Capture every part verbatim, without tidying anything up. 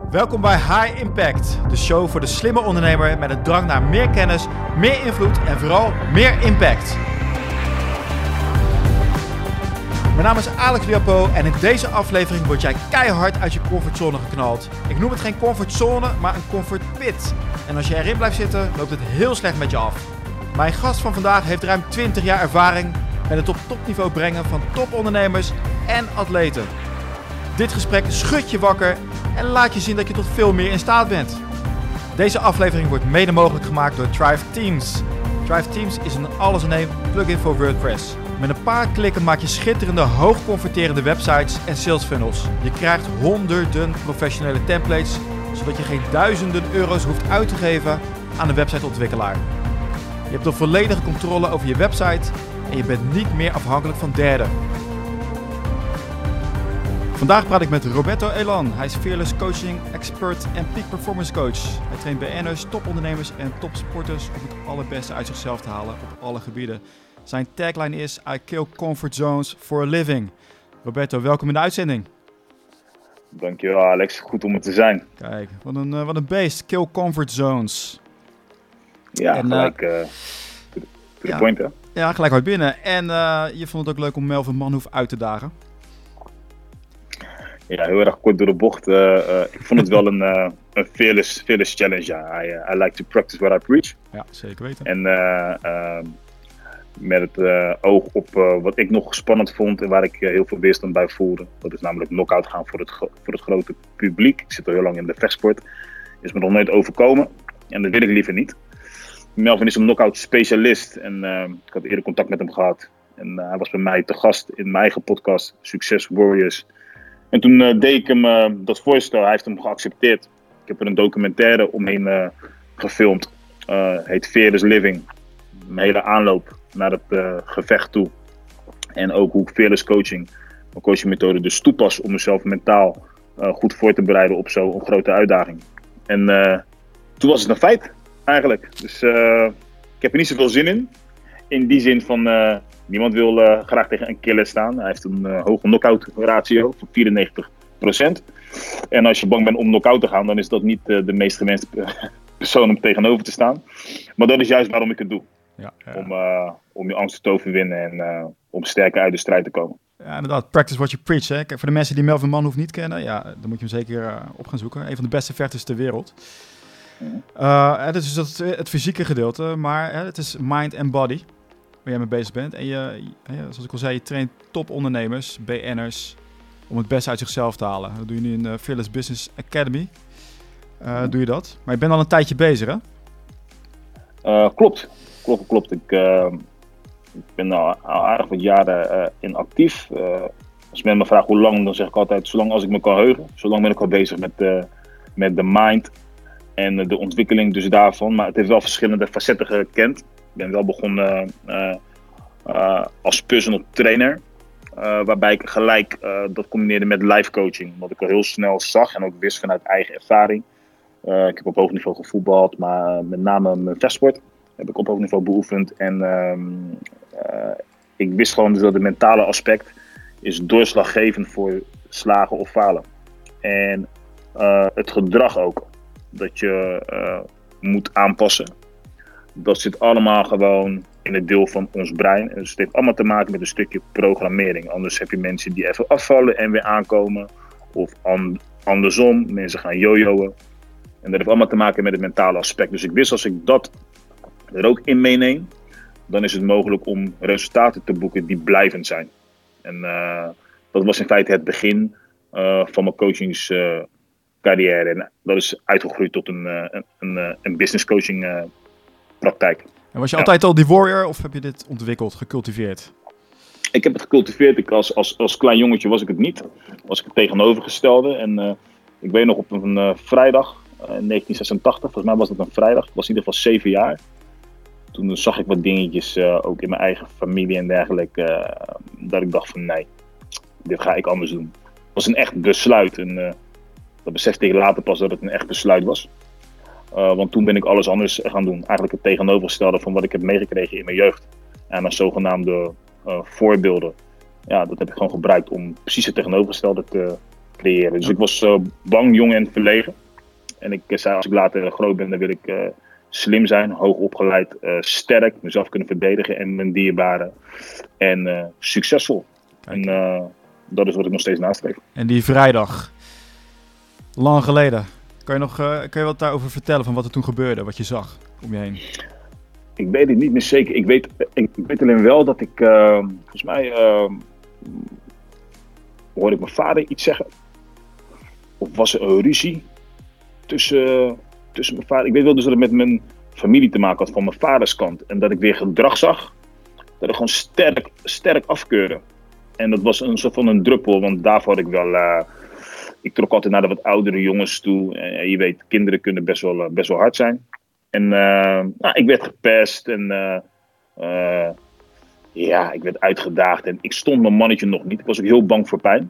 Welkom bij High Impact, de show voor de slimme ondernemer met een drang naar meer kennis, meer invloed en vooral meer impact. Mijn naam is Alex Liapo en in deze aflevering word jij keihard uit je comfortzone geknald. Ik noem het geen comfortzone, maar een comfortpit. En als je erin blijft zitten, loopt het heel slecht met je af. Mijn gast van vandaag heeft ruim twintig jaar ervaring met het op topniveau brengen van topondernemers en atleten. Dit gesprek schudt je wakker en laat je zien dat je tot veel meer in staat bent. Deze aflevering wordt mede mogelijk gemaakt door Thrive Themes. Thrive Themes is een alles-in-één plugin voor WordPress. Met een paar klikken maak je schitterende, hoogconverterende websites en sales funnels. Je krijgt honderden professionele templates, zodat je geen duizenden euro's hoeft uit te geven aan een websiteontwikkelaar. Je hebt de volledige controle over je website en je bent niet meer afhankelijk van derden. Vandaag praat ik met Roberto Elan. Hij is Fearless Coaching Expert en Peak Performance Coach. Hij traint B N'ers, topondernemers en topsporters om het allerbeste uit zichzelf te halen op alle gebieden. Zijn tagline is I kill comfort zones for a living. Roberto, welkom in de uitzending. Dankjewel Alex, goed om er te zijn. Kijk, wat een, uh, wat een beest. Kill comfort zones. Ja, en, gelijk uh, to the, to the ja, point hè. Ja, gelijk hard binnen. En uh, je vond het ook leuk om Melvin Manhoef uit te dagen. Ja, heel erg kort door de bocht. Uh, uh, ik vond het wel een, uh, een fearless, fearless challenge. Ja. I, uh, I like to practice what I preach. Ja, zeker weten. En uh, uh, met het uh, oog op uh, wat ik nog spannend vond en waar ik uh, heel veel weerstand bij voelde. Dat is namelijk knock-out gaan voor het, voor het grote publiek. Ik zit al heel lang in de vechtsport. Is me nog nooit overkomen. En dat wil ik liever niet. Melvin is een knock-out specialist. En uh, ik had eerder contact met hem gehad. En uh, hij was bij mij te gast in mijn eigen podcast, Success Warriors. En toen uh, deed ik hem uh, dat voorstel. Hij heeft hem geaccepteerd. Ik heb er een documentaire omheen uh, gefilmd. Uh, heet Fearless Living. Mijn hele aanloop naar het uh, gevecht toe. En ook hoe ik Fearless Coaching, mijn coachingmethode, dus toepas om mezelf mentaal uh, goed voor te bereiden op zo'n grote uitdaging. En uh, toen was het een feit eigenlijk. Dus uh, ik heb er niet zoveel zin in. In die zin van... Uh, Niemand wil uh, graag tegen een killer staan. Hij heeft een uh, hoge knock-out ratio van vierennegentig procent. En als je bang bent om knock-out te gaan, dan is dat niet uh, de meest gewenste persoon om tegenover te staan. Maar dat is juist waarom ik het doe. Ja, ja. Om, uh, om je angst te overwinnen en uh, om sterker uit de strijd te komen. Ja, inderdaad. Practice what you preach. Hè. Kijk, voor de mensen die Melvin Manhoef niet kennen, ja, dan moet je hem zeker uh, op gaan zoeken. Een van de beste vechters ter wereld. Uh, het is dus het, het fysieke gedeelte, maar hè, het is mind en body waar jij mee bezig bent. En je, je, zoals ik al zei, je traint topondernemers, B N'ers, om het beste uit zichzelf te halen. Dat doe je nu in de Fearless Business Academy. Uh, doe je dat. Maar je bent al een tijdje bezig, hè? Uh, klopt. Klopt, klopt. Ik, uh, ik ben al, al aardig wat jaren uh, in actief. Uh, als men me vraagt hoe lang, dan zeg ik altijd, zolang als ik me kan heugen. Zolang ben ik al bezig met, uh, met de mind en uh, de ontwikkeling dus daarvan. Maar het heeft wel verschillende facetten gekend. Ik ben wel begonnen uh, uh, als personal trainer, uh, waarbij ik gelijk uh, dat combineerde met life coaching. Wat ik al heel snel zag en ook wist vanuit eigen ervaring. Uh, ik heb op hoog niveau gevoetbald, maar uh, met name mijn vechtsport heb ik op hoog niveau beoefend. En uh, uh, ik wist gewoon dus dat het mentale aspect is doorslaggevend voor slagen of falen. En uh, het gedrag ook, dat je uh, moet aanpassen. Dat zit allemaal gewoon in het deel van ons brein. Dus het heeft allemaal te maken met een stukje programmering. Anders heb je mensen die even afvallen en weer aankomen. Of an- andersom, mensen gaan jojoen. En dat heeft allemaal te maken met het mentale aspect. Dus ik wist als ik dat er ook in meeneem, dan is het mogelijk om resultaten te boeken die blijvend zijn. En uh, dat was in feite het begin uh, van mijn coachingscarrière. Uh, en dat is uitgegroeid tot een, uh, een, een, een business coaching uh, praktijk. En was je ja. altijd al die warrior of heb je dit ontwikkeld, gecultiveerd? Ik heb het gecultiveerd. Ik als, als, als klein jongetje was ik het niet. Was ik het tegenovergestelde. En uh, ik weet nog op een uh, vrijdag uh, in negentien zesentachtig, volgens mij was het een vrijdag. Ik was in ieder geval zeven jaar. Toen zag ik wat dingetjes, uh, ook in mijn eigen familie en dergelijke. Uh, dat ik dacht van nee, dit ga ik anders doen. Het was een echt besluit. En uh, dat besefte ik later pas dat het een echt besluit was. Uh, want toen ben ik alles anders gaan doen. Eigenlijk het tegenovergestelde van wat ik heb meegekregen in mijn jeugd. En als zogenaamde uh, voorbeelden. Ja, dat heb ik gewoon gebruikt om precies het tegenovergestelde te creëren. Dus Ja. ik was uh, bang, jong en verlegen. En ik uh, zei, als ik later groot ben, dan wil ik uh, slim zijn, hoog opgeleid, uh, sterk, mezelf kunnen verdedigen en mijn dierbaren. En uh, succesvol. Kijk. En uh, dat is wat ik nog steeds nastreef. En die vrijdag, lang geleden, kan je, nog, uh, kan je wat daarover vertellen van wat er toen gebeurde, wat je zag om je heen? Ik weet het niet meer zeker. Ik weet, ik, ik weet alleen wel dat ik, uh, volgens mij, uh, hoorde ik mijn vader iets zeggen. Of was er een ruzie tussen, tussen mijn vader. Ik weet wel dus dat het met mijn familie te maken had van mijn vaders kant. En dat ik weer gedrag zag, dat ik gewoon sterk, sterk afkeurde. En dat was een soort van een druppel, want daarvoor had ik wel... Uh, ik trok altijd naar de wat oudere jongens toe. En je weet, kinderen kunnen best wel, uh, best wel hard zijn. En uh, nou, ik werd gepest en uh, uh, ja, ik werd uitgedaagd. En ik stond mijn mannetje nog niet. Ik was ook heel bang voor pijn.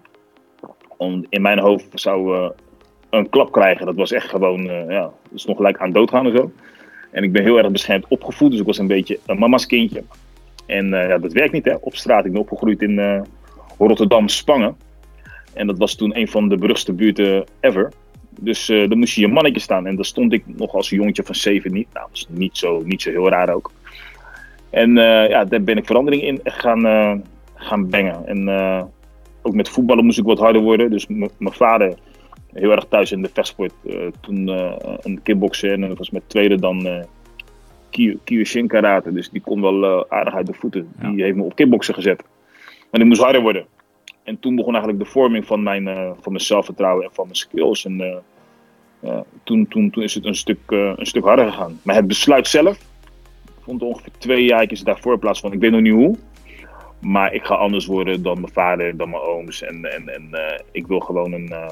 Om, in mijn hoofd zou uh, een klap krijgen. Dat was echt gewoon, uh, ja, dat is nog gelijk aan doodgaan en zo. En ik ben heel erg beschermd opgevoed, dus ik was een beetje een mama's kindje. En uh, ja, dat werkt niet, hè. Op straat. Ik ben opgegroeid in uh, Rotterdam, Spangen. En dat was toen een van de beruchtste buurten ever. Dus uh, dan moest je je mannetje staan. En daar stond ik nog als een jongetje van zeven niet. Nou, dat is niet zo, niet zo heel raar ook. En uh, ja, daar ben ik verandering in gaan, uh, gaan brengen. En uh, ook met voetballen moest ik wat harder worden. Dus m- mijn vader, heel erg thuis in de vechtsport. Uh, toen uh, een kickboksen en dat was met tweede dan uh, Kyokushin karate. Dus die kon wel uh, aardig uit de voeten. Ja. Die heeft me op kickboksen gezet. Maar die moest harder worden. En toen begon eigenlijk de vorming van mijn, uh, van mijn zelfvertrouwen en van mijn skills. En uh, uh, toen, toen, toen is het een stuk, uh, een stuk harder gegaan. Maar het besluit zelf, ik vond ongeveer twee jaar daarvoor plaats van, ik weet nog niet hoe. Maar ik ga anders worden dan mijn vader, dan mijn ooms. En, en, en uh, ik wil gewoon een, uh,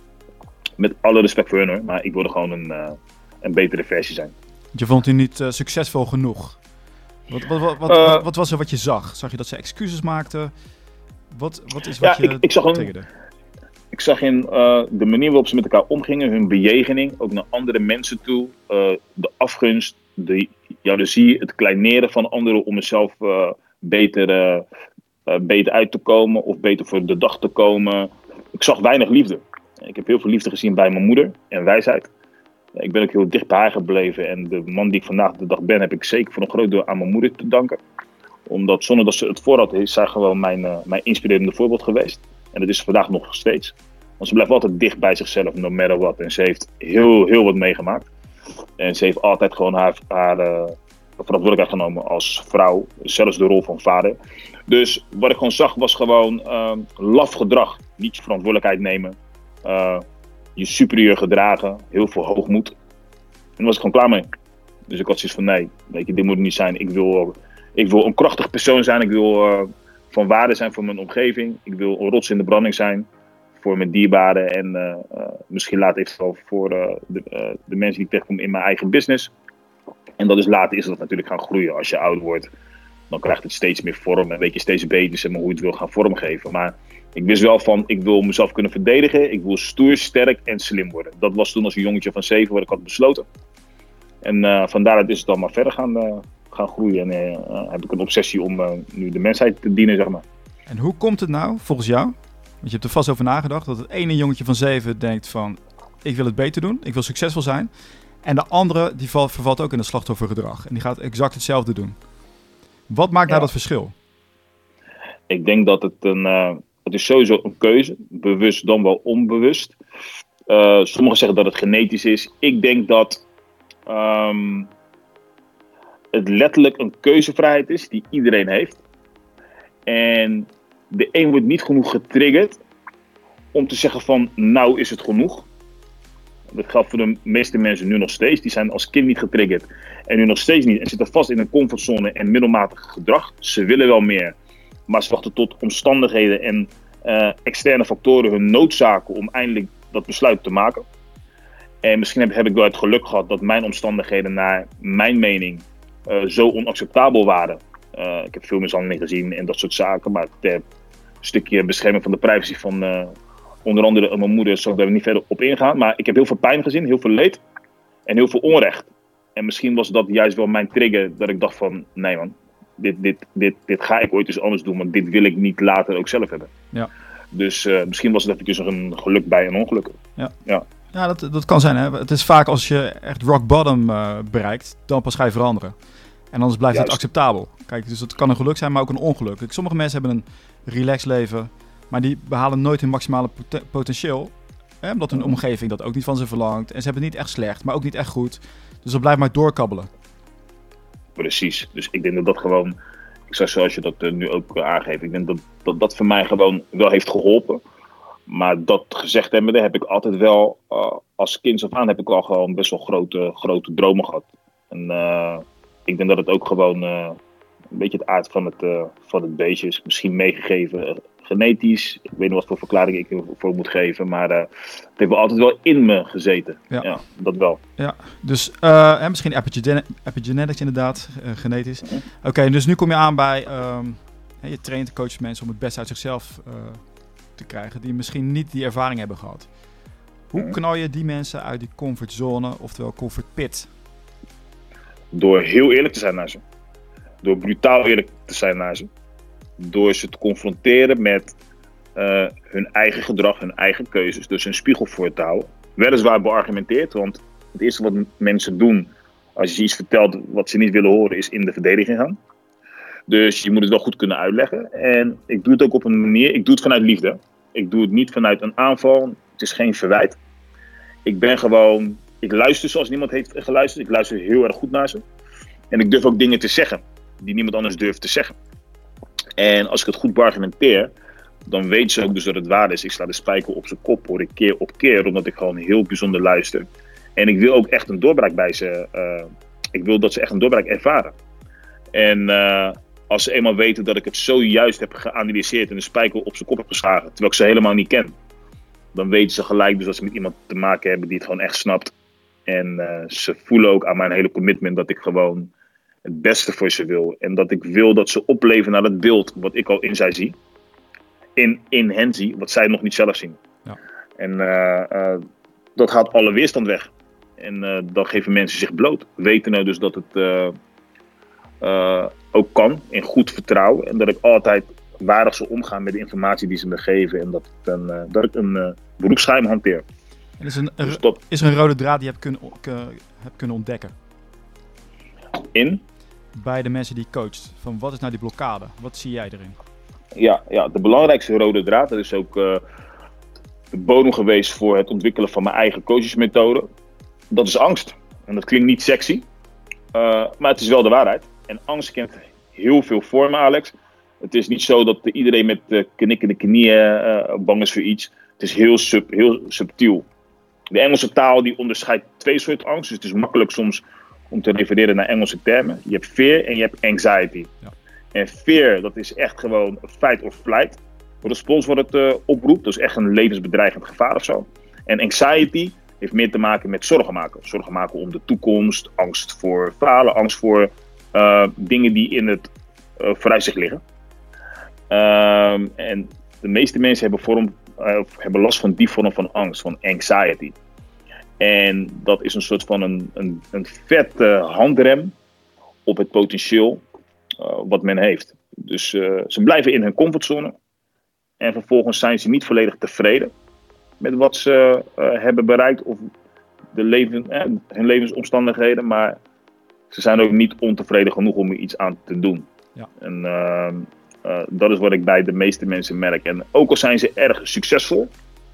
met alle respect voor hun hoor, maar ik wilde gewoon een, uh, een betere versie zijn. Je vond u niet uh, succesvol genoeg? Wat, wat, wat, wat, uh, wat, wat was er wat je zag? Zag je dat ze excuses maakten? Wat, wat is wat ja, je ik, ik zag een, Ik zag in uh, de manier waarop ze met elkaar omgingen, hun bejegening, ook naar andere mensen toe, uh, de afgunst, de jaloezie, het kleineren van anderen om mezelf uh, beter, uh, uh, beter uit te komen of beter voor de dag te komen. Ik zag weinig liefde. Ik heb heel veel liefde gezien bij mijn moeder en wijsheid. Ik ben ook heel dicht bij haar gebleven en de man die ik vandaag de dag ben, heb ik zeker voor een groot deel aan mijn moeder te danken. Omdat zonder dat ze het voor had, is zij gewoon mijn, uh, mijn inspirerende voorbeeld geweest. En dat is vandaag nog steeds. Want ze blijft altijd dicht bij zichzelf, no matter what. En ze heeft heel, heel wat meegemaakt. En ze heeft altijd gewoon haar, haar uh, verantwoordelijkheid genomen als vrouw. Zelfs de rol van vader. Dus wat ik gewoon zag was gewoon uh, laf gedrag. Niet je verantwoordelijkheid nemen. Uh, je superieur gedragen. Heel veel hoogmoed. En daar was ik gewoon klaar mee. Dus ik had zoiets van nee, weet je, dit moet het niet zijn. Ik wil, ik wil een krachtig persoon zijn. Ik wil uh, van waarde zijn voor mijn omgeving. Ik wil een rots in de branding zijn. Voor mijn dierbaren en uh, uh, misschien later eventueel voor uh, de, uh, de mensen die ik tegenkom in mijn eigen business. En dat is later is dat natuurlijk gaan groeien. Als je ouder wordt, dan krijgt het steeds meer vorm en weet je steeds beter zeg maar, hoe je het wil gaan vormgeven. Maar ik wist wel van, ik wil mezelf kunnen verdedigen. Ik wil stoer, sterk en slim worden. Dat was toen als een jongetje van zeven wat ik had besloten. En uh, vandaar is het dan maar verder gaan, uh, gaan groeien. En uh, heb ik een obsessie om uh, nu de mensheid te dienen, zeg maar. En hoe komt het nou, volgens jou? Want je hebt er vast over nagedacht dat het ene jongetje van zeven denkt van, ik wil het beter doen, ik wil succesvol zijn. En de andere, die valt, vervalt ook in het slachtoffergedrag. En die gaat exact hetzelfde doen. Wat maakt ja. nou dat verschil? Ik denk dat het een, uh, het is sowieso een keuze. Bewust dan wel onbewust. Uh, sommigen zeggen dat het genetisch is. Ik denk dat um, het letterlijk een keuzevrijheid is die iedereen heeft. En de een wordt niet genoeg getriggerd om te zeggen van nou is het genoeg. Dat geldt voor de meeste mensen nu nog steeds. Die zijn als kind niet getriggerd en nu nog steeds niet. En zitten vast in een comfortzone en middelmatig gedrag. Ze willen wel meer, maar ze wachten tot omstandigheden en uh, externe factoren hun noodzaken om eindelijk dat besluit te maken. En misschien heb, heb ik wel het geluk gehad dat mijn omstandigheden naar mijn mening uh, zo onacceptabel waren. Uh, ik heb veel mishandeling gezien en dat soort zaken, maar ter stukje bescherming van de privacy van uh, onder andere mijn moeder, zal ik daar niet verder op ingaan. Maar ik heb heel veel pijn gezien, heel veel leed en heel veel onrecht. En misschien was dat juist wel mijn trigger dat ik dacht van, nee man, dit, dit, dit, dit ga ik ooit eens anders doen, want dit wil ik niet later ook zelf hebben. Ja. Dus uh, misschien was het eventjes een geluk bij een ongeluk. Ja, ja. ja dat, dat kan zijn. Hè? Het is vaak als je echt rock bottom uh, bereikt, dan pas ga je veranderen. En anders blijft Juist. het acceptabel. Kijk, dus het kan een geluk zijn, maar ook een ongeluk. Sommige mensen hebben een relaxed leven, maar die behalen nooit hun maximale pot- potentieel. Hè? Omdat hun omgeving dat ook niet van ze verlangt. En ze hebben het niet echt slecht, maar ook niet echt goed. Dus dat blijft maar doorkabbelen. Precies. Dus ik denk dat dat gewoon, ik zeg zoals je dat uh, nu ook uh, aangeeft, ik denk dat, dat dat voor mij gewoon wel heeft geholpen. Maar dat gezegd hebbende heb ik altijd wel, uh, als kind af aan heb ik al gewoon best wel grote, grote dromen gehad. En uh, ik denk dat het ook gewoon uh, een beetje het aard van het, uh, van het beestje is. Misschien meegegeven uh, genetisch. Ik weet niet wat voor verklaring ik ervoor moet geven. Maar uh, het heeft wel altijd wel in me gezeten. Ja, ja dat wel. Ja, dus uh, hè, misschien epigene- epigenetics inderdaad, uh, genetisch. Mm-hmm. Oké, okay, dus nu kom je aan bij, um, hè, je traint en coacht mensen om het beste uit zichzelf uh, te krijgen. Die misschien niet die ervaring hebben gehad. Hoe mm-hmm. knal je die mensen uit die comfortzone, oftewel comfort pit? Door heel eerlijk te zijn naar ze. Door brutaal eerlijk te zijn naar ze. Door ze te confronteren met uh, hun eigen gedrag, hun eigen keuzes. Dus een spiegel voor te houden. Weliswaar beargumenteerd, want het eerste wat mensen doen als je ze iets vertelt wat ze niet willen horen, is in de verdediging gaan. Dus je moet het wel goed kunnen uitleggen. En ik doe het ook op een manier, ik doe het vanuit liefde. Ik doe het niet vanuit een aanval. Het is geen verwijt. Ik ben gewoon, ik luister zoals niemand heeft geluisterd. Ik luister heel erg goed naar ze. En ik durf ook dingen te zeggen die niemand anders durft te zeggen. En als ik het goed beargumenteer, dan weet ze ook dus dat het waar is. Ik sla de spijker op zijn kop, hoor ik keer op keer, omdat ik gewoon heel bijzonder luister. En ik wil ook echt een doorbraak bij ze. Uh, ik wil dat ze echt een doorbraak ervaren. En uh, als ze eenmaal weten dat ik het zojuist heb geanalyseerd en de spijker op zijn kop heb geslagen, terwijl ik ze helemaal niet ken, dan weten ze gelijk dus dat ze met iemand te maken hebben die het gewoon echt snapt. En uh, ze voelen ook aan mijn hele commitment dat ik gewoon het beste voor ze wil. En dat ik wil dat ze opleven naar het beeld wat ik al in zij zie. In, in hen zie, wat zij nog niet zelf zien. Ja. En uh, uh, dat haalt alle weerstand weg. En uh, dan geven mensen zich bloot. Weten nou dus dat het uh, uh, ook kan. In goed vertrouwen. En dat ik altijd waardig zal omgaan met de informatie die ze me geven. En dat, het een, uh, dat ik een uh, beroepsgeheim hanteer. En is, een, dus dat, is er een rode draad die je hebt kunnen, uh, hebt kunnen ontdekken? In? Bij de mensen die je coacht. Van wat is nou die blokkade? Wat zie jij erin? Ja, ja de belangrijkste rode draad. Dat is ook uh, de bodem geweest voor het ontwikkelen van mijn eigen coachesmethode. Dat is angst. En dat klinkt niet sexy. Uh, maar het is wel de waarheid. En angst kent heel veel vormen, Alex. Het is niet zo dat iedereen met uh, knikkende knieën uh, bang is voor iets. Het is heel, sub, heel subtiel. De Engelse taal die onderscheidt twee soorten angst. Dus het is makkelijk soms om te refereren naar Engelse termen. Je hebt fear en je hebt anxiety. Ja. En fear, dat is echt gewoon fight or flight. De respons wat het uh, oproept. Dat is echt een levensbedreigend gevaar of zo. En anxiety heeft meer te maken met zorgen maken. Zorgen maken om de toekomst. Angst voor falen. Angst voor uh, dingen die in het uh, vooruitzicht liggen. Um, en de meeste mensen hebben, vorm, uh, hebben last van die vorm van angst. Van anxiety. En dat is een soort van een, een, een vette handrem op het potentieel uh, wat men heeft. Dus uh, ze blijven in hun comfortzone. En vervolgens zijn ze niet volledig tevreden met wat ze uh, hebben bereikt. Of de leven, eh, hun levensomstandigheden. Maar ze zijn ook niet ontevreden genoeg om er iets aan te doen. Ja. En uh, uh, dat is wat ik bij de meeste mensen merk. En ook al zijn ze erg succesvol.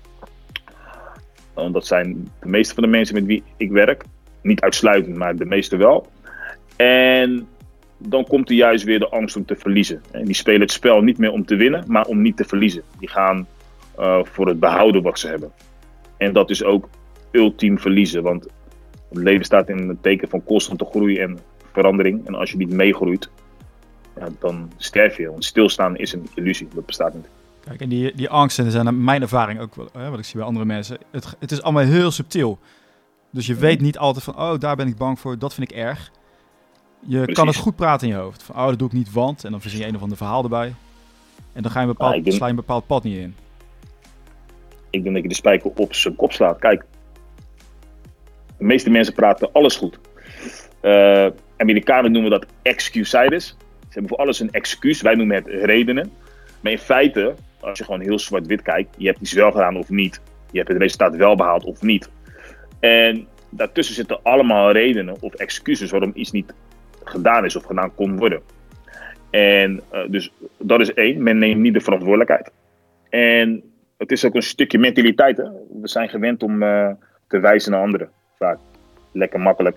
Want dat zijn de meeste van de mensen met wie ik werk. Niet uitsluitend, maar de meeste wel. En dan komt er juist weer de angst om te verliezen. En die spelen het spel niet meer om te winnen, maar om niet te verliezen. Die gaan uh, voor het behouden wat ze hebben. En dat is ook ultiem verliezen. Want het leven staat in het teken van constante groei en verandering. En als je niet meegroeit, ja, dan sterf je. Want stilstaan is een illusie. Dat bestaat niet. Kijk, en die, die angsten zijn naar mijn ervaring ook, hè, wat ik zie bij andere mensen. Het, het is allemaal heel subtiel. Dus je weet niet altijd van, oh, daar ben ik bang voor, dat vind ik erg. Je Precies. kan het goed praten in je hoofd. Van, oh, dat doe ik niet, want. En dan verzin je een of ander verhaal erbij. En dan ga je een bepaald, ah, denk, sla je een bepaald pad niet in. Ik denk dat je de spijker op zijn kop slaat. Kijk, de meeste mensen praten alles goed. Uh, Amerikanen noemen dat excusitis. Ze hebben voor alles een excuus. Wij noemen het redenen. Maar in feite, als je gewoon heel zwart-wit kijkt, je hebt iets wel gedaan of niet. Je hebt het resultaat wel behaald of niet. En daartussen zitten allemaal redenen of excuses waarom iets niet gedaan is of gedaan kon worden. En uh, dus dat is één, men neemt niet de verantwoordelijkheid. En het is ook een stukje mentaliteit. Hè? We zijn gewend om uh, te wijzen naar anderen. Vaak lekker makkelijk.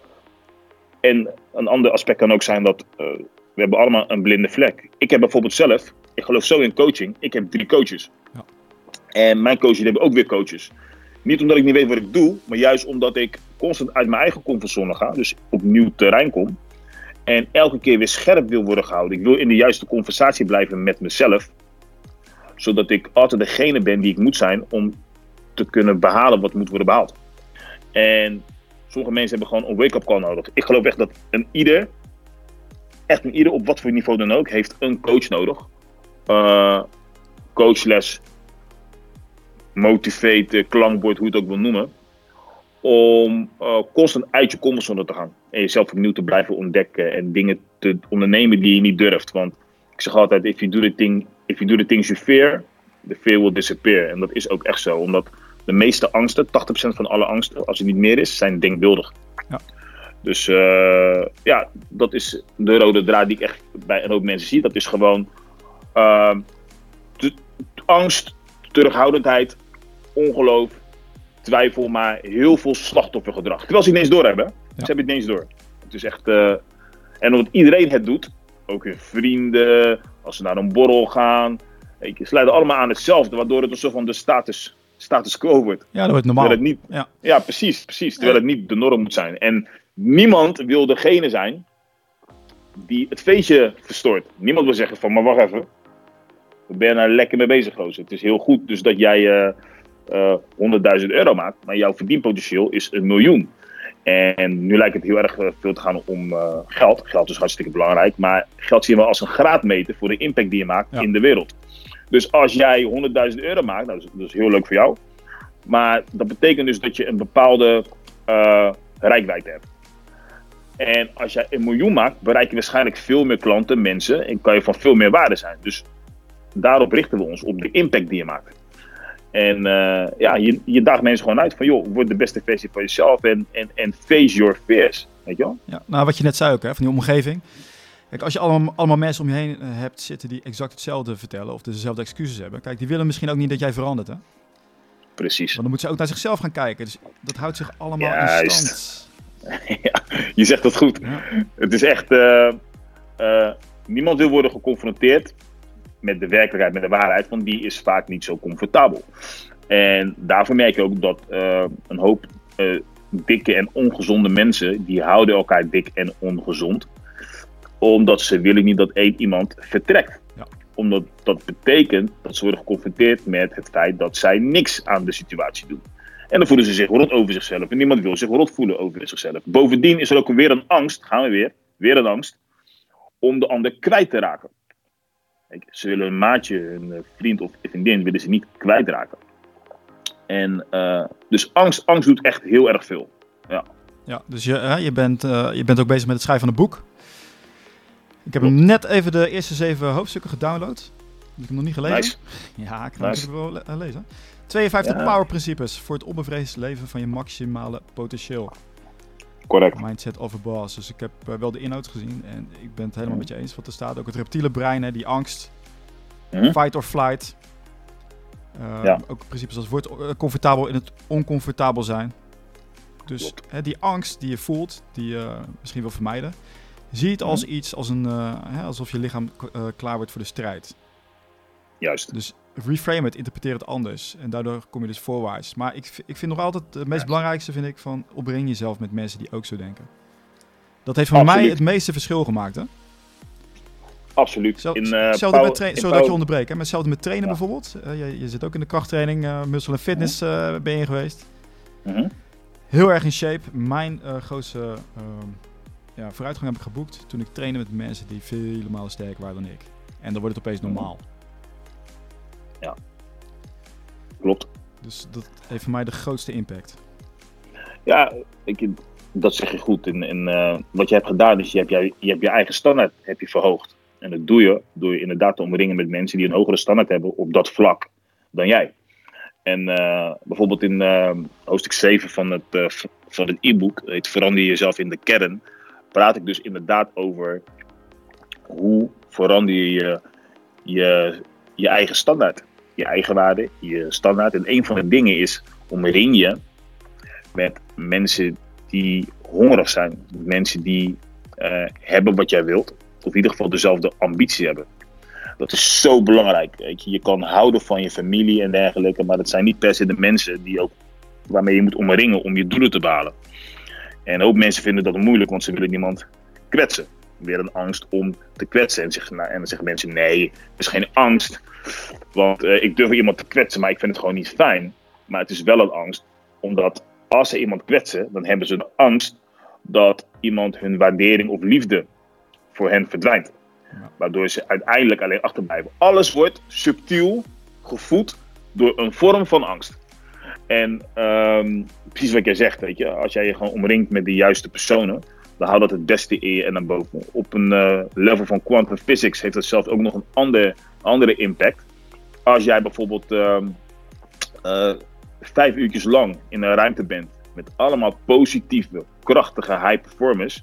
En een ander aspect kan ook zijn dat uh, we hebben allemaal een blinde vlek. Ik heb bijvoorbeeld zelf, ik geloof zo in coaching, ik heb drie coaches. Ja. En mijn coaches hebben ook weer coaches. Niet omdat ik niet weet wat ik doe, maar juist omdat ik constant uit mijn eigen comfortzone ga. Dus op nieuw terrein kom. En elke keer weer scherp wil worden gehouden. Ik wil in de juiste conversatie blijven met mezelf. Zodat ik altijd degene ben die ik moet zijn om te kunnen behalen wat moet worden behaald. En sommige mensen hebben gewoon een wake-up call nodig. Ik geloof echt dat een ieder, echt een ieder op wat voor niveau dan ook, heeft een coach nodig. Uh, coachles, motivate, klankbord, hoe je het ook wil noemen. Om uh, constant uit je comfortzone te gaan. En jezelf opnieuw te blijven ontdekken. En dingen te ondernemen die je niet durft. Want ik zeg altijd, if you do the, thing, if you do the things you fear, the fear will disappear. En dat is ook echt zo. Omdat de meeste angsten, tachtig procent van alle angsten, als het niet meer is, zijn denkbeeldig. Ja. Dus uh, ja, dat is de rode draad die ik echt bij een hoop mensen zie. Dat is gewoon uh, de, de angst, terughoudendheid, ongeloof, twijfel, maar heel veel slachtoffergedrag. Terwijl ze het niet eens doorhebben. Ja. Ze hebben het niet eens door. Het is echt... Uh, en omdat iedereen het doet, ook hun vrienden, als ze naar een borrel gaan, weet je, ze leiden allemaal aan hetzelfde, waardoor het een soort van de status, status quo wordt. Ja, dat wordt normaal. Het niet, ja. ja, precies, precies. Terwijl ja. het niet de norm moet zijn. En niemand wil degene zijn die het feestje verstoort. Niemand wil zeggen van, maar wacht even, ben je nou lekker mee bezig, gozer. Het is heel goed dus dat jij uh, uh, honderdduizend euro maakt, maar jouw verdienpotentieel is een miljoen. En nu lijkt het heel erg veel te gaan om uh, geld. Geld is hartstikke belangrijk, maar geld zien we als een graadmeter voor de impact die je maakt ja. in de wereld. Dus als jij honderdduizend euro maakt, nou, dat, is, dat is heel leuk voor jou. Maar dat betekent dus dat je een bepaalde uh, reikwijdte hebt. En als jij een miljoen maakt, bereik je waarschijnlijk veel meer klanten, mensen en kan je van veel meer waarde zijn. Dus daarop richten we ons, op de impact die je maakt. En uh, ja, je, je daagt mensen gewoon uit van, joh, word de beste versie van jezelf en, en, en face your fears, weet je wel? Ja, nou, wat je net zei ook, hè, van die omgeving. Kijk, als je allemaal, allemaal mensen om je heen hebt zitten die exact hetzelfde vertellen of dezelfde excuses hebben, kijk, die willen misschien ook niet dat jij verandert, hè? Precies. Want dan moeten ze ook naar zichzelf gaan kijken. Dus dat houdt zich allemaal Juist. in stand. Ja, je zegt dat goed. Ja. Het is echt, uh, uh, niemand wil worden geconfronteerd met de werkelijkheid, met de waarheid, want die is vaak niet zo comfortabel. En daarvoor merk je ook dat uh, een hoop uh, dikke en ongezonde mensen, die houden elkaar dik en ongezond, omdat ze willen niet dat één iemand vertrekt. Ja. Omdat dat betekent dat ze worden geconfronteerd met het feit dat zij niks aan de situatie doen. En dan voelen ze zich rot over zichzelf en niemand wil zich rot voelen over zichzelf. Bovendien is er ook weer een angst, gaan we weer, weer een angst, om de ander kwijt te raken. Kijk, ze willen een maatje, een vriend of een vriendin, willen ze niet kwijtraken. En uh, dus angst, angst doet echt heel erg veel. Ja, ja dus je, hè, je, bent, uh, je bent ook bezig met het schrijven van een boek. Ik heb Klopt. hem net even de eerste zeven hoofdstukken gedownload. Dus ik heb hem nog niet gelezen. Nice. Ja, ik ga nice. hem wel le- lezen. tweeënvijftig ja. power principes voor het onbevreesd leven van je maximale potentieel. Correct. Mindset of a boss. Dus ik heb uh, wel de inhoud gezien en ik ben het helemaal mm. met je eens wat er staat. Ook het reptiele brein, hè, die angst. Mm. Fight or flight. Uh, ja. Ook principes als word comfortabel in het oncomfortabel zijn. Dus hè, die angst die je voelt, die je misschien wil vermijden. Zie het als mm. iets, als een, uh, hè, alsof je lichaam uh, klaar wordt voor de strijd. Juist. Dus reframe het, interpreteer het anders. En daardoor kom je dus voorwaarts. Maar ik, ik vind nog altijd het meest ja. belangrijkste, vind ik, van opbreng jezelf met mensen die ook zo denken. Dat heeft voor Absoluut. mij het meeste verschil gemaakt, hè? Absoluut. Zelf, in, uh, hetzelfde power, met tra- Sorry dat ik je onderbreek, hè? Maar hetzelfde met trainen ja. bijvoorbeeld. Uh, je, je zit ook in de krachttraining, uh, muscle en fitness uh, ben je geweest. Mm-hmm. Heel erg in shape. Mijn uh, grootste uh, ja, vooruitgang heb ik geboekt toen ik trainde met mensen die vele malen sterker waren dan ik. En dan wordt het opeens normaal. Ja, klopt. Dus dat heeft voor mij de grootste impact. Ja, ik, dat zeg je goed. En, en uh, wat je hebt gedaan is, je hebt je, je hebt je eigen standaard heb je verhoogd. En dat doe je door je inderdaad te omringen met mensen die een hogere standaard hebben op dat vlak dan jij. En uh, bijvoorbeeld in uh, hoofdstuk zeven van het, uh, van het e-book, het Verander jezelf in de kern, praat ik dus inderdaad over hoe verander je je, je, je eigen standaard. Je eigen waarde, je standaard. En een van de dingen is, omring je met mensen die hongerig zijn. Mensen die uh, hebben wat jij wilt. Of in ieder geval dezelfde ambitie hebben. Dat is zo belangrijk. Weet je. Je kan houden van je familie en dergelijke. Maar dat zijn niet per se de mensen die ook, waarmee je moet omringen om je doelen te behalen. En een hoop mensen vinden dat moeilijk, want ze willen niemand kwetsen. Weer een angst om te kwetsen. En, zeg, nou, en dan zeggen mensen, nee, het is geen angst. Want uh, ik durf iemand te kwetsen, maar ik vind het gewoon niet fijn. Maar het is wel een angst, omdat als ze iemand kwetsen, dan hebben ze de angst dat iemand hun waardering of liefde voor hen verdwijnt. Ja. Waardoor ze uiteindelijk alleen achterblijven. Alles wordt subtiel gevoed door een vorm van angst. En um, precies wat jij zegt, weet je, als jij je gewoon omringt met de juiste personen, dan houdt dat het beste in je en naar boven. Op een uh, level van quantum physics heeft dat zelfs ook nog een ander, andere impact. Als jij bijvoorbeeld uh, uh, vijf uurtjes lang in een ruimte bent met allemaal positieve, krachtige high performers,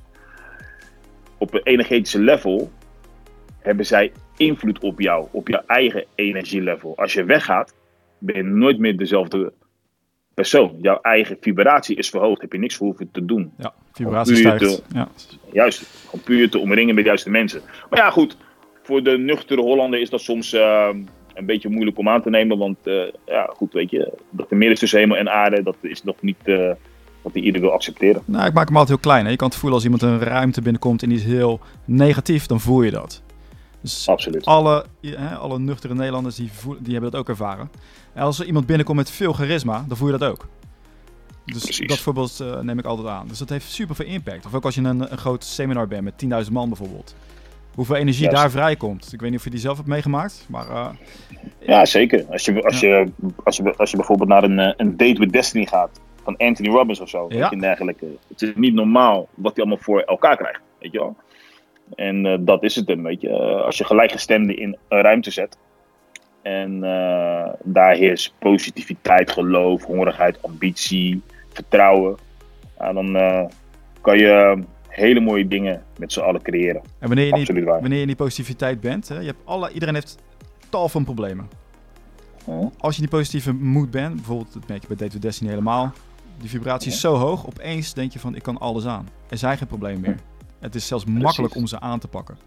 op een energetische level hebben zij invloed op jou, op jouw eigen energielevel. Als je weggaat, ben je nooit meer dezelfde persoon. Jouw eigen vibratie is verhoogd, heb je niks voor hoeven te doen. Ja, vibratie stijgt. Te, ja. Juist, gewoon puur te omringen met de juiste mensen. Maar ja, goed, voor de nuchtere Hollander is dat soms uh, een beetje moeilijk om aan te nemen, want uh, ja, goed, weet je, dat er meer is tussen hemel en aarde, dat is nog niet uh, wat die ieder wil accepteren. Nou, ik maak hem altijd heel klein. Hè? Je kan het voelen als iemand een ruimte binnenkomt en die is heel negatief, dan voel je dat. Dus absoluut. Alle, hè, alle nuchtere Nederlanders die, voelen, die hebben dat ook ervaren. En als er iemand binnenkomt met veel charisma, dan voel je dat ook. Dus Precies. dat voorbeeld uh, neem ik altijd aan. Dus dat heeft super veel impact. Of ook als je een, een groot seminar bent met tienduizend man bijvoorbeeld. Hoeveel energie yes. daar vrijkomt. Ik weet niet of je die zelf hebt meegemaakt, maar... Uh, ja, zeker. Als je, als, ja. je, als, je, als je bijvoorbeeld naar een, een Date with Destiny gaat, van Anthony Robbins of zo, ja. en dergelijke. Het is niet normaal wat hij allemaal voor elkaar krijgt, weet je wel. En uh, dat is het hem, weet je. Uh, als je gelijkgestemden in een ruimte zet en uh, daar heerst positiviteit, geloof, hongerigheid, ambitie, vertrouwen, uh, dan uh, kan je hele mooie dingen met z'n allen creëren. En wanneer je, Absoluut niet, waar. wanneer je in die positiviteit bent, hè, je hebt alle, iedereen heeft tal van problemen. Uh-huh. Als je in die positieve mood bent, bijvoorbeeld, dat merk je bij Date with Destiny helemaal, die vibratie is zo hoog, opeens denk je van, ik kan alles aan. Er zijn geen problemen meer. Het is zelfs Precies. makkelijk om ze aan te pakken.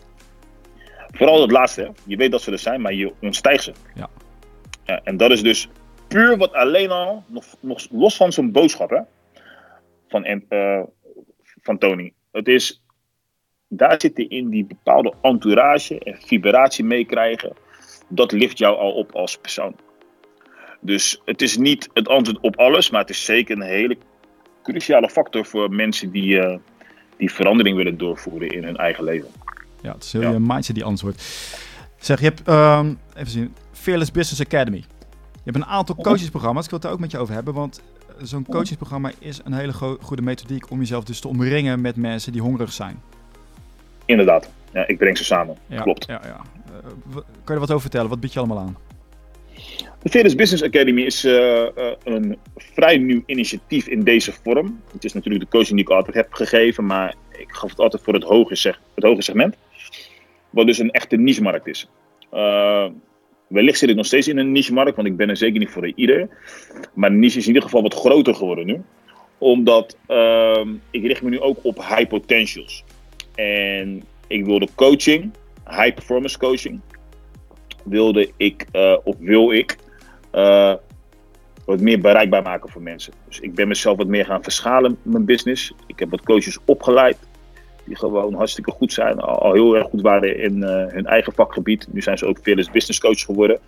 Vooral het laatste, hè? Je weet dat ze er zijn, maar je ontstijgt ze. Ja. Ja, en dat is dus puur wat alleen al, nog, nog los van zo'n boodschap, hè? Van, uh, van Tony. Het is, daar zit in die bepaalde entourage en vibratie meekrijgen. Dat lift jou al op als persoon. Dus het is niet het antwoord op alles, maar het is zeker een hele cruciale factor voor mensen die, uh, die verandering willen doorvoeren in hun eigen leven. Ja, het is heel ja. je mindset die antwoord. Zeg, je hebt, um, even zien, Fearless Business Academy. Je hebt een aantal coachingsprogramma's. Ik wil het daar ook met je over hebben, want zo'n coachingsprogramma is een hele go- goede methodiek om jezelf dus te omringen met mensen die hongerig zijn. Inderdaad. Ja, ik breng ze samen. Ja, Klopt. Ja, ja. Uh, w- kan je er wat over vertellen? Wat bied je allemaal aan? De Fearless Business Academy is uh, uh, een vrij nieuw initiatief in deze vorm. Het is natuurlijk de coaching die ik altijd heb gegeven, maar ik gaf het altijd voor het hoge, seg- het hoge segment. Wat dus een echte niche-markt is. Uh, wellicht zit ik nog steeds in een niche-markt, want ik ben er zeker niet voor ieder. Maar de niche is in ieder geval wat groter geworden nu. Omdat uh, ik richt me nu ook op high potentials. En ik wilde coaching, high performance coaching, wilde ik, uh, of wil ik, uh, wat meer bereikbaar maken voor mensen. Dus ik ben mezelf wat meer gaan verschalen in mijn business. Ik heb wat coaches opgeleid, die gewoon hartstikke goed zijn, al, al heel erg goed waren in uh, hun eigen vakgebied. Nu zijn ze ook Fearless Business Coach geworden.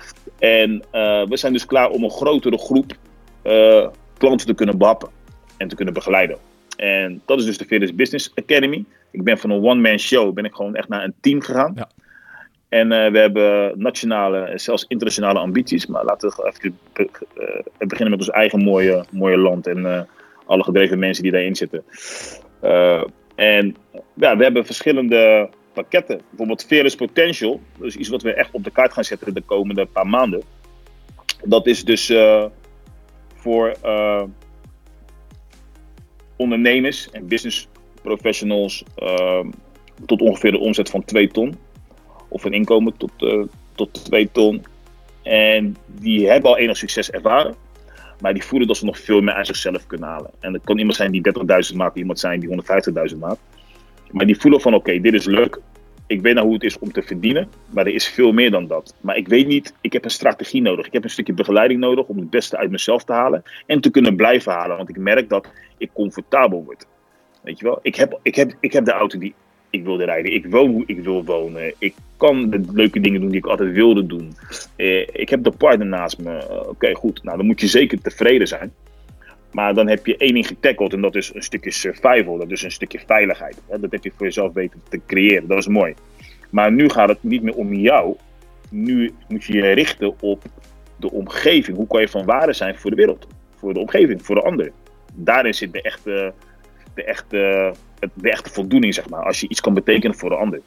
En uh, we zijn dus klaar om een grotere groep uh, klanten te kunnen behappen en te kunnen begeleiden. En dat is dus de Fearless Business Academy. Ik ben van een one-man show, ben ik gewoon echt naar een team gegaan. Ja. En uh, we hebben nationale en zelfs internationale ambities. Maar laten we even uh, beginnen met ons eigen mooie, mooie land en uh, alle gedreven mensen die daarin zitten. Uh, en ja, we hebben verschillende pakketten. Bijvoorbeeld Fearless Potential, dus iets wat we echt op de kaart gaan zetten de komende paar maanden. Dat is dus uh, voor uh, ondernemers en business professionals uh, tot ongeveer de omzet van twee ton. Of een inkomen tot, uh, tot twee ton. En die hebben al enig succes ervaren. Maar die voelen dat ze nog veel meer uit zichzelf kunnen halen. En het kan iemand zijn die dertigduizend maakt, iemand zijn die honderdvijftigduizend maakt. Maar die voelen van oké, okay, dit is leuk. Ik weet nou hoe het is om te verdienen. Maar er is veel meer dan dat. Maar ik weet niet, ik heb een strategie nodig. Ik heb een stukje begeleiding nodig om het beste uit mezelf te halen. En te kunnen blijven halen. Want ik merk dat ik comfortabel word. Weet je wel, ik heb, ik heb, ik heb de auto die ik wilde rijden. Ik woon hoe ik wil wonen. Ik kan de leuke dingen doen die ik altijd wilde doen. Eh, ik heb de partner naast me. Uh, Oké, okay, goed. Nou, dan moet je zeker tevreden zijn. Maar dan heb je één ding getackled en dat is een stukje survival. Dat is een stukje veiligheid. Hè? Dat heb je voor jezelf weten te creëren. Dat is mooi. Maar nu gaat het niet meer om jou. Nu moet je je richten op de omgeving. Hoe kan je van waarde zijn voor de wereld? Voor de omgeving, voor de ander. Daarin zit de echte, de echte, de echte voldoening, zeg maar. Als je iets kan betekenen voor de ander.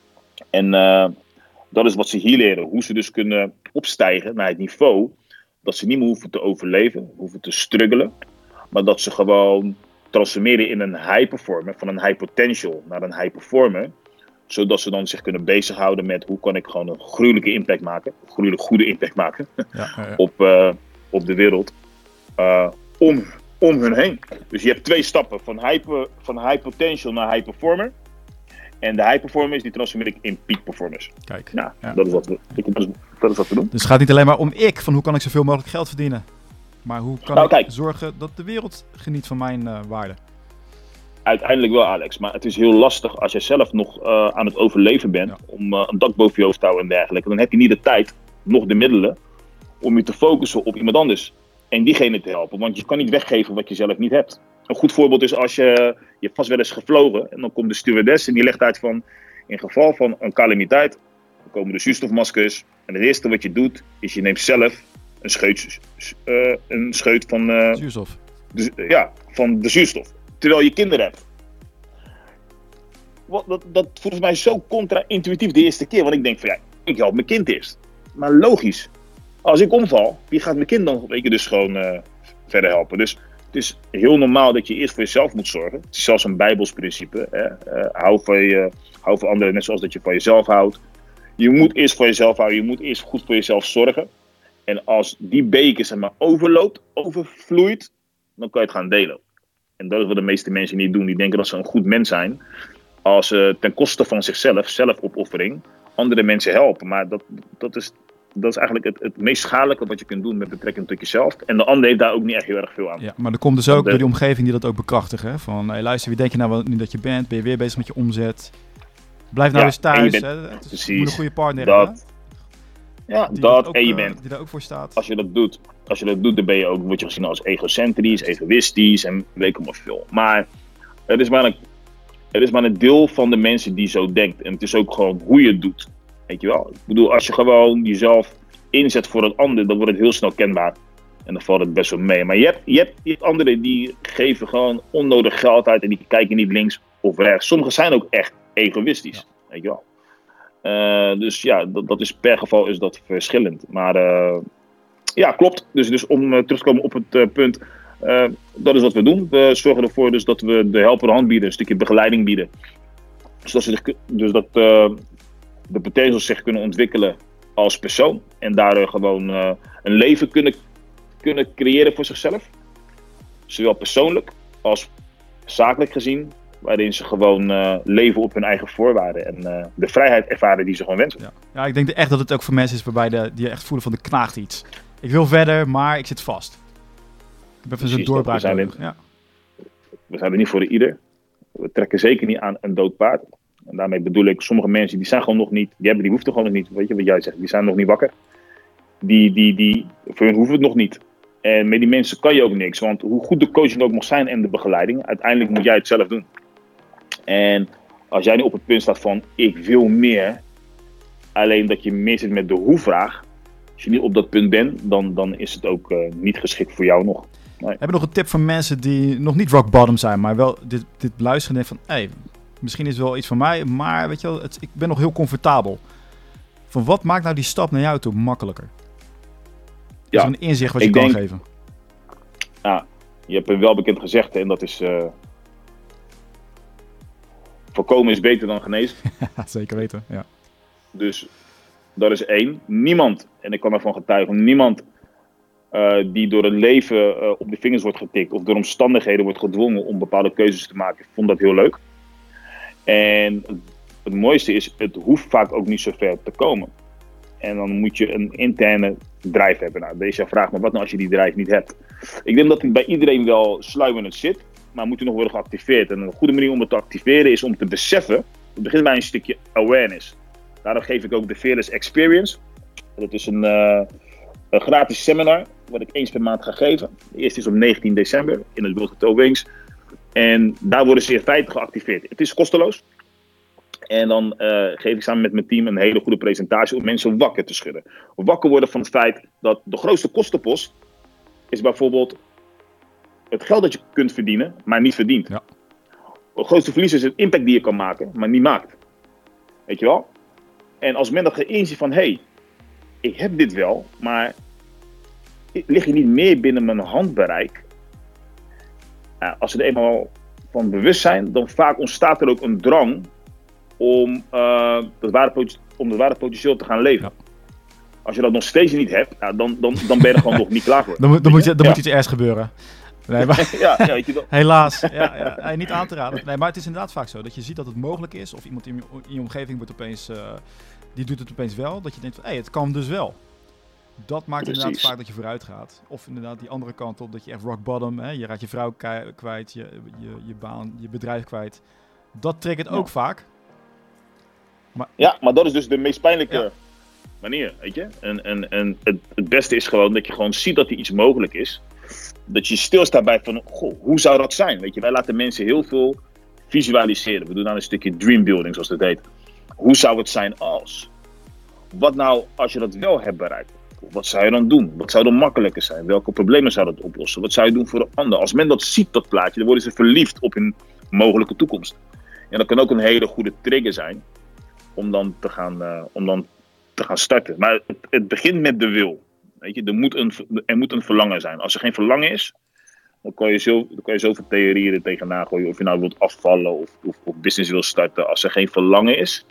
En uh, dat is wat ze hier leren. Hoe ze dus kunnen opstijgen naar het niveau dat ze niet meer hoeven te overleven, hoeven te struggelen. Maar dat ze gewoon transformeren in een high performer, van een high potential naar een high performer. Zodat ze dan zich kunnen bezighouden met hoe kan ik gewoon een gruwelijke impact maken. Een gruwelijk goede impact maken ja, ja, ja. Op, uh, op de wereld. Uh, om, om hun heen. Dus je hebt twee stappen. Van high, van high potential naar high performer. En de high performers die transformeer ik in peak performers. Kijk. Nou, ja. dat, is wat we, dat, is, dat is wat we doen. Dus het gaat niet alleen maar om ik. Van hoe kan ik zoveel mogelijk geld verdienen. Maar hoe kan nou, ik kijk, zorgen dat de wereld geniet van mijn uh, waarde? Uiteindelijk wel, Alex. Maar het is heel lastig als jij zelf nog uh, aan het overleven bent. Ja. Om uh, een dak boven je hoofd te houden en dergelijke. Dan heb je niet de tijd, nog de middelen, om je te focussen op iemand anders. En diegene te helpen. Want je kan niet weggeven wat je zelf niet hebt. Een goed voorbeeld is als je, je vast wel eens gevlogen. En dan komt de stewardess en die legt uit van, in geval van een calamiteit, dan komen de zuurstofmaskers. En het eerste wat je doet, is je neemt zelf een scheut, uh, een scheut van, uh, zuurstof. De, uh, ja, van de zuurstof. Terwijl je kinderen hebt. Wat, dat, dat voelt mij zo contra-intuïtief de eerste keer. Want ik denk van ja, ik help mijn kind eerst. Maar logisch. Als ik omval, wie gaat mijn kind dan weet je, dus gewoon uh, verder helpen. Dus het is heel normaal dat je eerst voor jezelf moet zorgen. Het is zelfs een Bijbels principe. Hè? Uh, hou, van je, hou van anderen net zoals dat je van jezelf houdt. Je moet eerst voor jezelf houden. Je moet eerst goed voor jezelf zorgen. En als die beker zeg maar overloopt, overvloeit, dan kan je het gaan delen. En dat is wat de meeste mensen niet doen. Die denken dat ze een goed mens zijn. Als ze uh, ten koste van zichzelf, zelfopoffering, andere mensen helpen. Maar dat, dat, is, dat is eigenlijk het, het meest schadelijke wat je kunt doen met betrekking tot jezelf. En de ander heeft daar ook niet echt heel erg veel aan. Ja, maar er komt dus ook de, door die omgeving die dat ook bekrachtigt. Hè? Van, hey, luister, wie denk je nou wel nu dat je bent? Ben je weer bezig met je omzet? Blijf nou ja, eens thuis. Bent, hè? Het is, precies, je moet een goede partner dat, hebben. Ja, die dat, dat ook, en je uh, bent. Die daar ook voor staat. Als je dat doet, als je dat doet, dan ben je ook, word je gezien als egocentrisch, egoïstisch en weet ik maar veel. Maar het is maar, een, het is maar een deel van de mensen die zo denkt. En het is ook gewoon hoe je het doet. Weet je wel? Ik bedoel, als je gewoon jezelf inzet voor het ander, dan wordt het heel snel kenbaar. En dan valt het best wel mee. Maar je hebt, je hebt, je hebt anderen die geven gewoon onnodig geld uit en die kijken niet links of rechts. Sommigen zijn ook echt egoïstisch. Ja. Weet je wel? Uh, dus ja, dat, dat is per geval is dat verschillend. Maar uh, ja, klopt. Dus, dus om uh, terug te komen op het uh, punt, uh, dat is wat we doen. We zorgen ervoor dus dat we de helpende hand bieden, een stukje begeleiding bieden. Zodat, ze zich, dus dat uh, de potentials zich kunnen ontwikkelen als persoon. En daardoor gewoon uh, een leven kunnen, kunnen creëren voor zichzelf. Zowel persoonlijk als zakelijk gezien. Waarin ze gewoon uh, leven op hun eigen voorwaarden. En uh, de vrijheid ervaren die ze gewoon wensen. Ja, ja ik denk echt dat het ook voor mensen is waarbij de, die echt voelen van er knaagt iets. Ik wil verder, maar ik zit vast. Ik heb even zo'n doorbraak nodig. Ja. We zijn er niet voor de ieder. We trekken zeker niet aan een dood paard. En daarmee bedoel ik, sommige mensen die zijn gewoon nog niet, die hebben die behoefte gewoon nog niet. Weet je wat jij zegt, die zijn nog niet wakker. Die, die, die, voor hun hoeft het nog niet. En met die mensen kan je ook niks. Want hoe goed de coaching ook mag zijn en de begeleiding, uiteindelijk moet jij het zelf doen. En als jij nu op het punt staat van, ik wil meer, alleen dat je meer zit met de hoe-vraag. Als je niet op dat punt bent, dan, dan is het ook uh, niet geschikt voor jou nog. Nee. Heb je nog een tip voor mensen die nog niet rock bottom zijn, maar wel dit, dit luisteren en van, hé, hey, misschien is het wel iets van mij, maar weet je wel, het, ik ben nog heel comfortabel. Van wat maakt nou die stap naar jou toe makkelijker? Ja, is er een inzicht wat je kan denk, geven? Ja, je hebt een welbekend gezegde en dat is... Uh, voorkomen is beter dan genezen. Zeker weten, ja. Dus dat is één. Niemand, en ik kan ervan getuigen, niemand uh, die door het leven uh, op de vingers wordt getikt of door omstandigheden wordt gedwongen om bepaalde keuzes te maken, vond dat heel leuk. En het, het mooiste is, het hoeft vaak ook niet zo ver te komen. En dan moet je een interne drive hebben. Nou, deze is vraag, maar wat nou als je die drive niet hebt? Ik denk dat het bij iedereen wel sluimerend zit, maar moet er nog worden geactiveerd. En een goede manier om het te activeren is om te beseffen. Het begint bij een stukje awareness. Daarom geef ik ook de Fearless Experience. Dat is een, uh, een gratis seminar wat ik eens per maand ga geven. De eerste is op negentien december in het World Toe Wings. En daar worden ze in feite geactiveerd. Het is kosteloos. En dan uh, geef ik samen met mijn team een hele goede presentatie om mensen wakker te schudden. Wakker worden van het feit dat de grootste kostenpost is bijvoorbeeld het geld dat je kunt verdienen, maar niet verdient. Ja. Het grootste verlies is het impact die je kan maken, maar niet maakt. Weet je wel? En als men dat gaat inzien van, hé, hey, ik heb dit wel, maar lig je niet meer binnen mijn handbereik? Nou, als ze er eenmaal van bewust zijn, dan vaak ontstaat er ook een drang om, uh, het ware, om het ware potentieel te gaan leven. Ja. Als je dat nog steeds niet hebt, nou, dan, dan, dan ben je er gewoon nog niet klaar voor. Dan, dan, moet, je, dan ja. moet iets ergs gebeuren. Nee, maar, ja, ja, weet je dat. Helaas, ja, ja, nee, niet aan te raden. Nee, maar het is inderdaad vaak zo dat je ziet dat het mogelijk is, of iemand in je, in je omgeving wordt opeens, uh, die doet het opeens wel, dat je denkt van, hé, hey, het kan dus wel. Dat maakt Precies. inderdaad vaak dat je vooruit gaat. Of inderdaad die andere kant op, dat je echt rock bottom, hè, je raakt je vrouw kwijt, je, je, je baan, je bedrijf kwijt. Dat triggert ja. ook vaak. Maar, ja, maar dat is dus de meest pijnlijke ja. manier, weet je. En, en, en het, het beste is gewoon dat je gewoon ziet dat er iets mogelijk is. Dat je stilstaat bij van, goh, hoe zou dat zijn? Weet je, wij laten mensen heel veel visualiseren. We doen dan een stukje dreambuilding, zoals dat heet. Hoe zou het zijn als? Wat nou als je dat wel hebt bereikt? Wat zou je dan doen? Wat zou dan makkelijker zijn? Welke problemen zou dat oplossen? Wat zou je doen voor de ander? Als men dat ziet, dat plaatje, dan worden ze verliefd op hun mogelijke toekomst. En dat kan ook een hele goede trigger zijn om dan te gaan, uh, om dan te gaan starten. Maar het, het begint met de wil. Weet je, er, moet een, er moet een verlangen zijn. Als er geen verlangen is, dan kan je, zo, dan kan je zoveel theorieën er tegenaan gooien. Of je nou wilt afvallen of, of, of business wil starten. Als er geen verlangen is,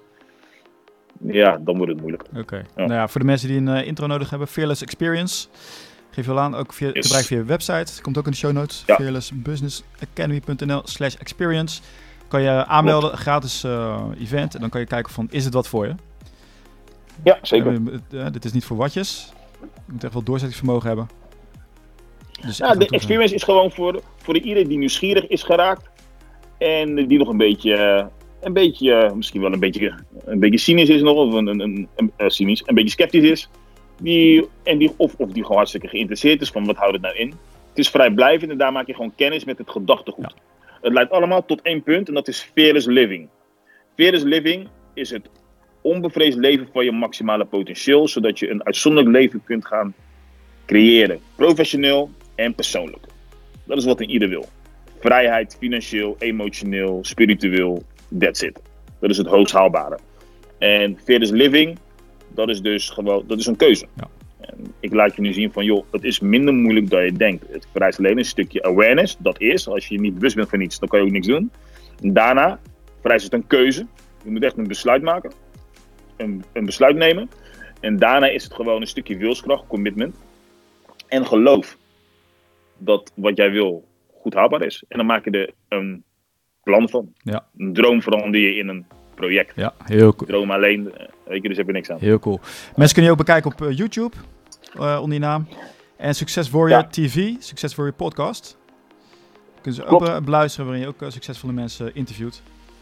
ja, dan wordt het moeilijk. Oké. Okay. Ja. Nou ja, voor de mensen die een uh, intro nodig hebben, Fearless Experience. Geef je wel aan, ook via, yes. te bereiken via je website. Komt ook in de show notes. Ja. fearless business academy punt n l slash experience. Kan je aanmelden, Klopt. gratis uh, event. En dan kan je kijken van, is het wat voor je? Ja, zeker. Uh, uh, dit is niet voor watjes. Je moet echt wel doorzettingsvermogen hebben. Dus ja, de experience zijn. is gewoon voor, voor iedereen die nieuwsgierig is geraakt. En die nog een beetje, een beetje misschien wel een beetje, een beetje cynisch is nog. Of een, een, een, een, een, cynisch, een beetje sceptisch is. Die, en die, of, of die gewoon hartstikke geïnteresseerd is van wat houdt het nou in. Het is vrijblijvend en daar maak je gewoon kennis met het gedachtegoed. Ja. Het leidt allemaal tot één punt en dat is fearless living. Fearless living is het onbevreesd leven van je maximale potentieel, zodat je een uitzonderlijk leven kunt gaan creëren. Professioneel en persoonlijk. Dat is wat een ieder wil. Vrijheid, financieel, emotioneel, spiritueel, that's it. Dat is het hoogst haalbare. En fearless living, dat is dus gewoon, dat is een keuze. Ja. En ik laat je nu zien van, joh, het is minder moeilijk dan je denkt. Het vereist alleen een stukje awareness, dat is. Als je niet bewust bent van iets, dan kan je ook niks doen. En daarna vereist het een keuze. Je moet echt een besluit maken. Een, een besluit nemen. En daarna is het gewoon een stukje wilskracht, commitment. En geloof dat wat jij wil goed haalbaar is. En dan maak je er een plan van. Ja. Een droom verander je in een project. Ja, heel cool. Droom alleen, weet je, dus heb je niks aan. Heel cool. Mensen kunnen je ook bekijken op uh, YouTube, uh, onder die naam. En Success Warrior ja. T V, Success Warrior Podcast. Kunnen ze ook uh, beluisteren, waarin je ook uh, succesvolle mensen uh, interviewt.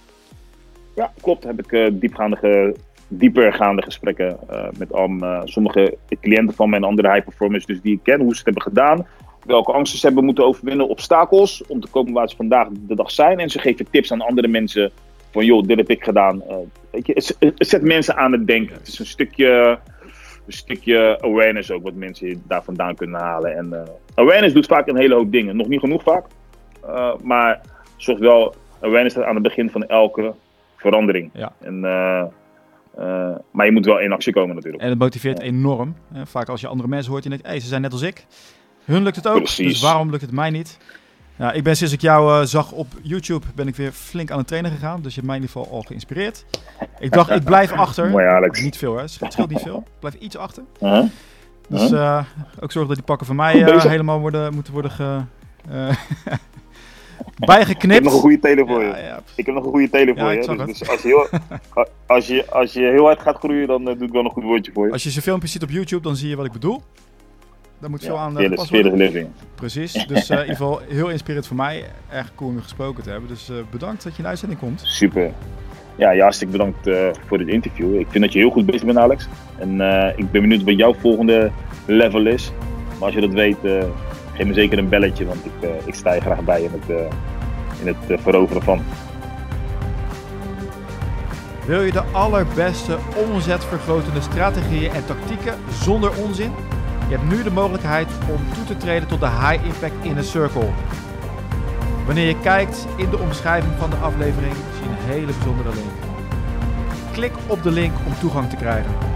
Ja, klopt. Heb ik uh, diepgaande, diepergaande gesprekken uh, met al uh, sommige cliënten van mij en andere high performers dus die ik ken, hoe ze het hebben gedaan. Welke angsten ze hebben moeten overwinnen, obstakels, om te komen waar ze vandaag de dag zijn. En ze geven tips aan andere mensen van, joh, dit heb ik gedaan. Uh, weet je, het, het zet mensen aan het denken. Het is een stukje, een stukje awareness ook, wat mensen daar vandaan kunnen halen. En uh, awareness doet vaak een hele hoop dingen. Nog niet genoeg vaak, uh, maar zorgt wel, awareness staat aan het begin van elke verandering. Ja. En, uh, uh, maar je moet wel in actie komen natuurlijk. En het motiveert ja. enorm. Hè? Vaak als je andere mensen hoort, je denkt, hé, hey, ze zijn net als ik. Hun lukt het ook, Precies. dus waarom lukt het mij niet? Ja, ik ben sinds ik jou uh, zag op YouTube, ben ik weer flink aan het trainen gegaan. Dus je hebt mij in ieder geval al geïnspireerd. Ik dacht, ik blijf achter. Mooi, Alex. Niet veel, hè? Het scheelt niet veel. Ik blijf iets achter. Uh-huh. Dus uh, ook zorgen dat die pakken van mij uh, helemaal worden, moeten worden ge, uh, bijgeknipt. Ik heb nog een goede tele voor je. Ja, ja. Ik heb nog een goede tele voor ja, je. Dus, dus als, je heel, als, je, als je heel hard gaat groeien, dan uh, doe ik wel een goed woordje voor je. Als je zijn filmpjes ziet op YouTube, dan zie je wat ik bedoel. Daar moet veel ja, aan uh, gepast worden. Living. Precies. Dus uh, in ieder geval heel inspirerend voor mij. Erg cool om je gesproken te hebben. Dus uh, bedankt dat je in de uitzending komt. Super. Ja, ja, hartstikke bedankt uh, voor dit interview. Ik vind dat je heel goed bezig bent, Alex. En uh, ik ben benieuwd wat jouw volgende level is. Maar als je dat weet, uh, geef me zeker een belletje. Want ik, uh, ik sta je graag bij in het, uh, in het uh, veroveren van. Wil je de allerbeste omzetvergrotende strategieën en tactieken zonder onzin? Je hebt nu de mogelijkheid om toe te treden tot de High Impact Inner Circle. Wanneer je kijkt in de omschrijving van de aflevering, zie je een hele bijzondere link. Klik op de link om toegang te krijgen.